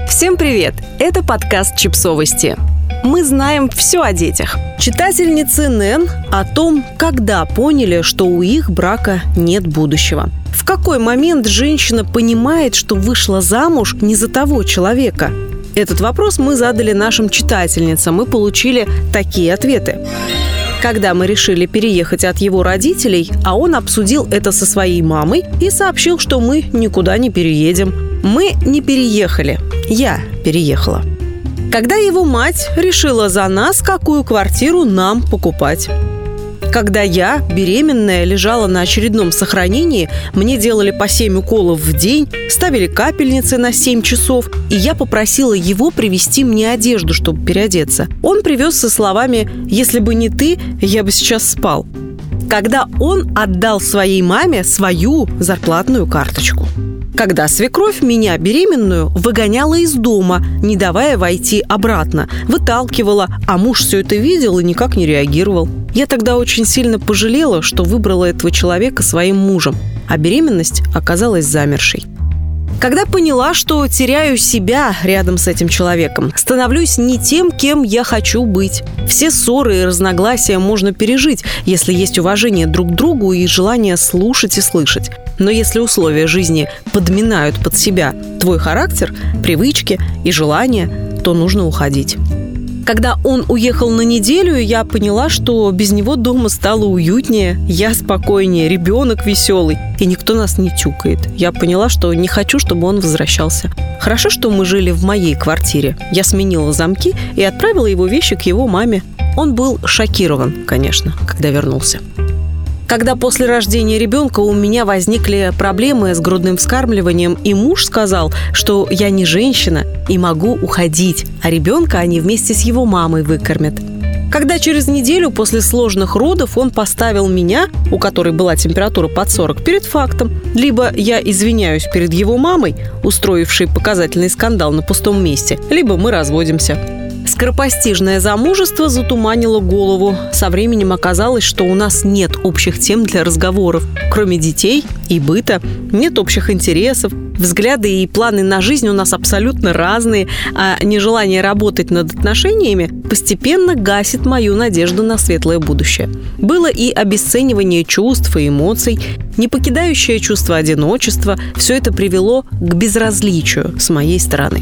Всем привет! Это подкаст «Чипсовости». Мы знаем все о детях. Читательницы Нэн о том, когда поняли, что у их брака нет будущего. В какой момент женщина понимает, что вышла замуж не за того человека? Этот вопрос мы задали нашим читательницам и получили такие ответы. Когда мы решили переехать от его родителей, а он обсудил это со своей мамой и сообщил, что мы никуда не переедем. Мы не переехали. Я переехала. Когда его мать решила за нас, какую квартиру нам покупать. Когда я, беременная, лежала на очередном сохранении, мне делали по 7 уколов в день, ставили капельницы на 7 часов, и я попросила его привезти мне одежду, чтобы переодеться. Он привез со словами «Если бы не ты, я бы сейчас спал». Когда он отдал своей маме свою зарплатную карточку. Когда свекровь меня, беременную, выгоняла из дома, не давая войти обратно, выталкивала, а муж все это видел и никак не реагировал. Я тогда очень сильно пожалела, что выбрала этого человека своим мужем, а беременность оказалась замершей. Когда поняла, что теряю себя рядом с этим человеком, становлюсь не тем, кем я хочу быть. Все ссоры и разногласия можно пережить, если есть уважение друг к другу и желание слушать и слышать. Но если условия жизни подминают под себя твой характер, привычки и желания, то нужно уходить. Когда он уехал на неделю, я поняла, что без него дома стало уютнее, я спокойнее, ребенок веселый, и никто нас не тюкает. Я поняла, что не хочу, чтобы он возвращался. Хорошо, что мы жили в моей квартире. Я сменила замки и отправила его вещи к его маме. Он был шокирован, конечно, когда вернулся. Когда после рождения ребенка у меня возникли проблемы с грудным вскармливанием, и муж сказал, что я не женщина и могу уходить, а ребенка они вместе с его мамой выкормят. Когда через неделю после сложных родов он поставил меня, у которой была температура под 40, перед фактом. Либо я извиняюсь перед его мамой, устроившей показательный скандал на пустом месте, либо мы разводимся. Скоропостижное замужество затуманило голову. Со временем оказалось, что у нас нет общих тем для разговоров. Кроме детей и быта, нет общих интересов. Взгляды и планы на жизнь у нас абсолютно разные, а нежелание работать над отношениями постепенно гасит мою надежду на светлое будущее. Было и обесценивание чувств и эмоций, не покидающее чувство одиночества. Все это привело к безразличию с моей стороны.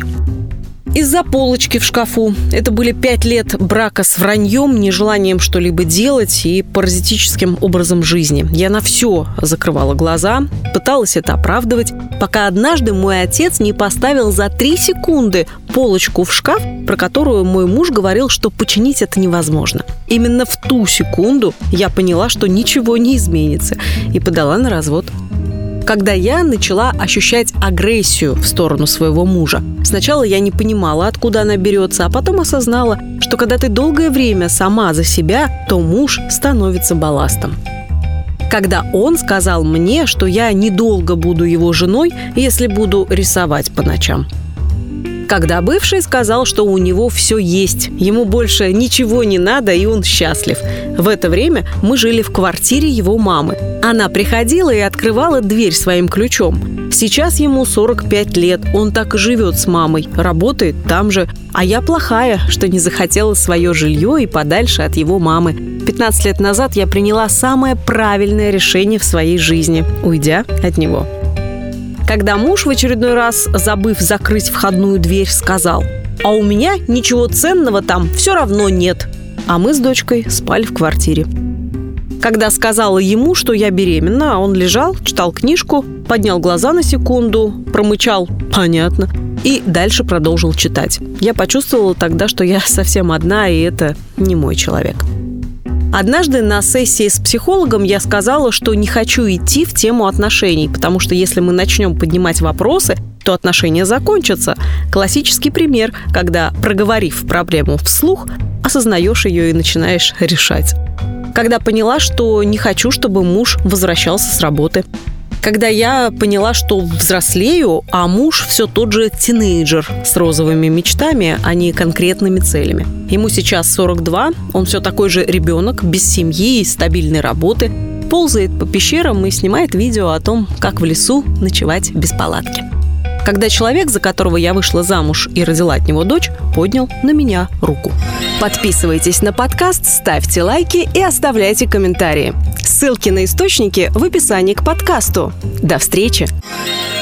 Из-за полочки в шкафу. Это были 5 лет брака с враньем, нежеланием что-либо делать и паразитическим образом жизни. Я на все закрывала глаза, пыталась это оправдывать, пока однажды мой отец не поставил за 3 секунды полочку в шкаф, про которую мой муж говорил, что починить это невозможно. Именно в ту секунду я поняла, что ничего не изменится, и подала на развод. Когда я начала ощущать агрессию в сторону своего мужа. Сначала я не понимала, откуда она берется, а потом осознала, что когда ты долгое время сама за себя, то муж становится балластом. Когда он сказал мне, что я недолго буду его женой, если буду рисовать по ночам. Когда бывший сказал, что у него все есть, ему больше ничего не надо, и он счастлив. В это время мы жили в квартире его мамы. Она приходила и открывала дверь своим ключом. Сейчас ему 45 лет, он так и живет с мамой, работает там же. А я плохая, что не захотела свое жилье и подальше от его мамы. 15 лет назад я приняла самое правильное решение в своей жизни, уйдя от него. Когда муж в очередной раз, забыв закрыть входную дверь, сказал: «А у меня ничего ценного там все равно нет». А мы с дочкой спали в квартире. Когда сказала ему, что я беременна, он лежал, читал книжку, поднял глаза на секунду, промычал «понятно» и дальше продолжил читать. Я почувствовала тогда, что я совсем одна, и это не мой человек. Однажды на сессии с психологом я сказала, что не хочу идти в тему отношений, потому что если мы начнем поднимать вопросы, то отношения закончатся. Классический пример, когда, проговорив проблему вслух, осознаешь ее и начинаешь решать. Когда поняла, что не хочу, чтобы муж возвращался с работы. Когда я поняла, что взрослею, а муж все тот же тинейджер с розовыми мечтами, а не конкретными целями. Ему сейчас 42, он все такой же ребенок, без семьи и стабильной работы, ползает по пещерам и снимает видео о том, как в лесу ночевать без палатки. когда человек, за которого я вышла замуж и родила от него дочь, поднял на меня руку. Подписывайтесь на подкаст, ставьте лайки и оставляйте комментарии. Ссылки на источники в описании к подкасту. До встречи!